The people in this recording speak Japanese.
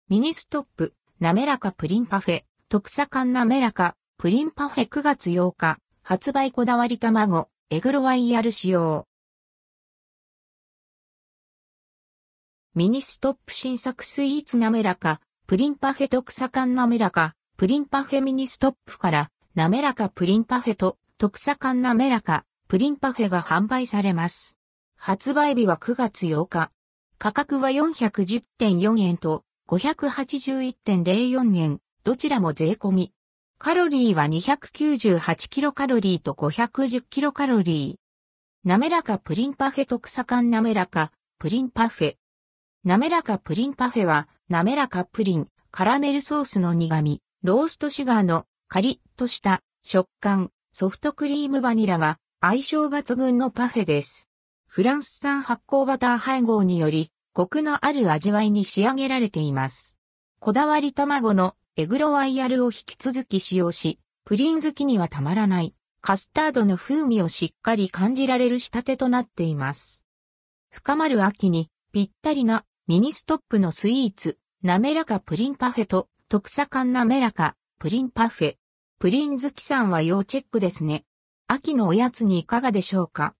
ミニストップ、滑らかプリンパフェ、特砂缶滑らか、プリンパフェ9月8日、発売こだわり卵、エグロワイヤル使用。ミニストップ新作スイーツ滑らか、プリンパフェ特砂缶滑らか、プリンパフェミニストップから、滑らかプリンパフェと特砂缶滑らか、プリンパフェが販売されます。発売日は9月8日。価格は 410.4 円と、581.04 円、どちらも税込み。カロリーは298キロカロリーと510キロカロリー。滑らかプリンパフェ特砂缶滑らか、プリンパフェ。滑らかプリンパフェは、滑らかプリン、カラメルソースの苦味、ローストシュガーのカリッとした食感、ソフトクリームバニラが相性抜群のパフェです。フランス産発酵バター配合により、コクのある味わいに仕上げられています。こだわり卵のエグロワイヤルを引き続き使用し、プリン好きにはたまらないカスタードの風味をしっかり感じられる仕立てとなっています。深まる秋にぴったりなミニストップのスイーツ、滑らかプリンパフェと特砂缶滑らかプリンパフェ。プリン好きさんは要チェックですね。秋のおやつにいかがでしょうか。